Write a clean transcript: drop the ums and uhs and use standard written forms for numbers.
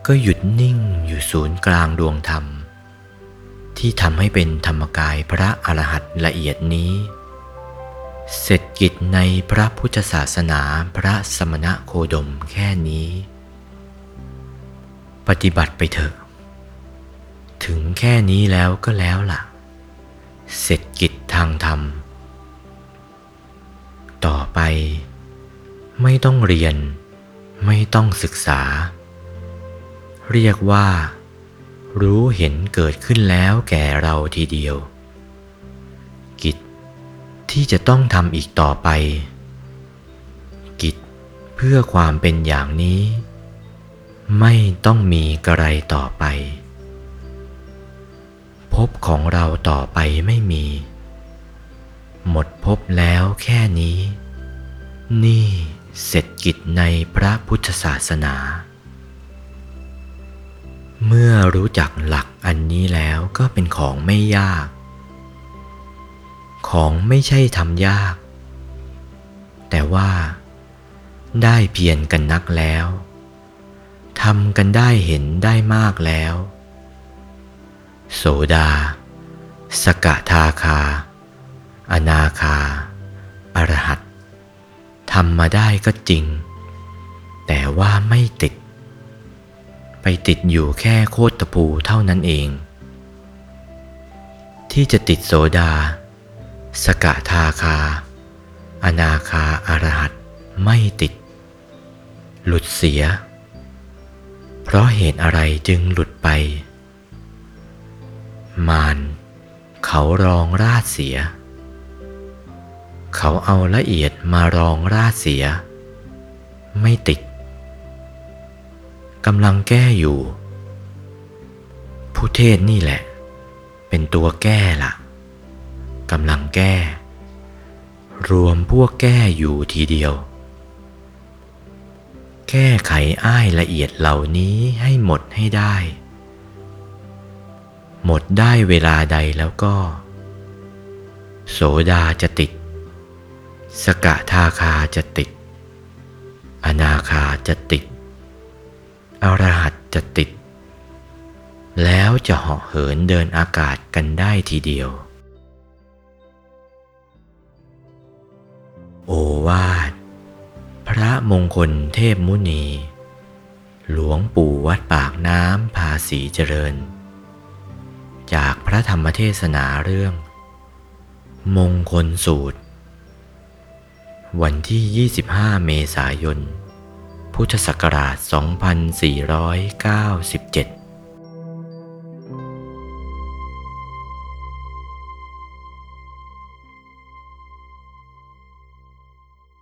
ก็หยุดนิ่งอยู่ศูนย์กลางดวงธรรมที่ทำให้เป็นธรรมกายพระอรหันต์ละเอียดนี้เสร็จกิจในพระพุทธศาสนาพระสมณโคดมแค่นี้ปฏิบัติไปเถอะถึงแค่นี้แล้วก็แล้วล่ะเสร็จกิจทางธรรมต่อไปไม่ต้องเรียนไม่ต้องศึกษาเรียกว่ารู้เห็นเกิดขึ้นแล้วแก่เราทีเดียวกิจที่จะต้องทำอีกต่อไปกิจเพื่อความเป็นอย่างนี้ไม่ต้องมีกระไรต่อไปภพของเราต่อไปไม่มีหมดภพแล้วแค่นี้นี่เสร็จกิจในพระพุทธศาสนาเมื่อรู้จักหลักอันนี้แล้วก็เป็นของไม่ยากของไม่ใช่ทำยากแต่ว่าได้เพียรกันนักแล้วทำกันได้เห็นได้มากแล้วโสดาสกทาคาอนาคาอรหัตทำมาได้ก็จริงแต่ว่าไม่ติดไปติดอยู่แค่โคตภูเท่านั้นเองที่จะติดโสดาสกทาคาอนาคาอรหัตไม่ติดหลุดเสียเพราะเหตุอะไรจึงหลุดไปมารเขารองราดเสียเขาเอาละเอียดมารองราดเสียไม่ติดกำลังแก้อยู่ผู้เทศนี่แหละเป็นตัวแก้ล่ะกำลังแก้รวมพวกแก้อยู่ทีเดียวแก้ไขอ้ายละเอียดเหล่านี้ให้หมดให้ได้หมดได้เวลาใดแล้วก็โสดาจะติดสกทาคาจะติดอนาคาจะติดอรหัตจะติดแล้วจะเหาะเหินเดินอากาศกันได้ทีเดียวโอวาทพระมงคลเทพมุนีหลวงปู่วัดปากน้ำภาษีเจริญจากพระธรรมเทศนาเรื่องมงคลสูตรวันที่25เมษายนพุทธศักราช2497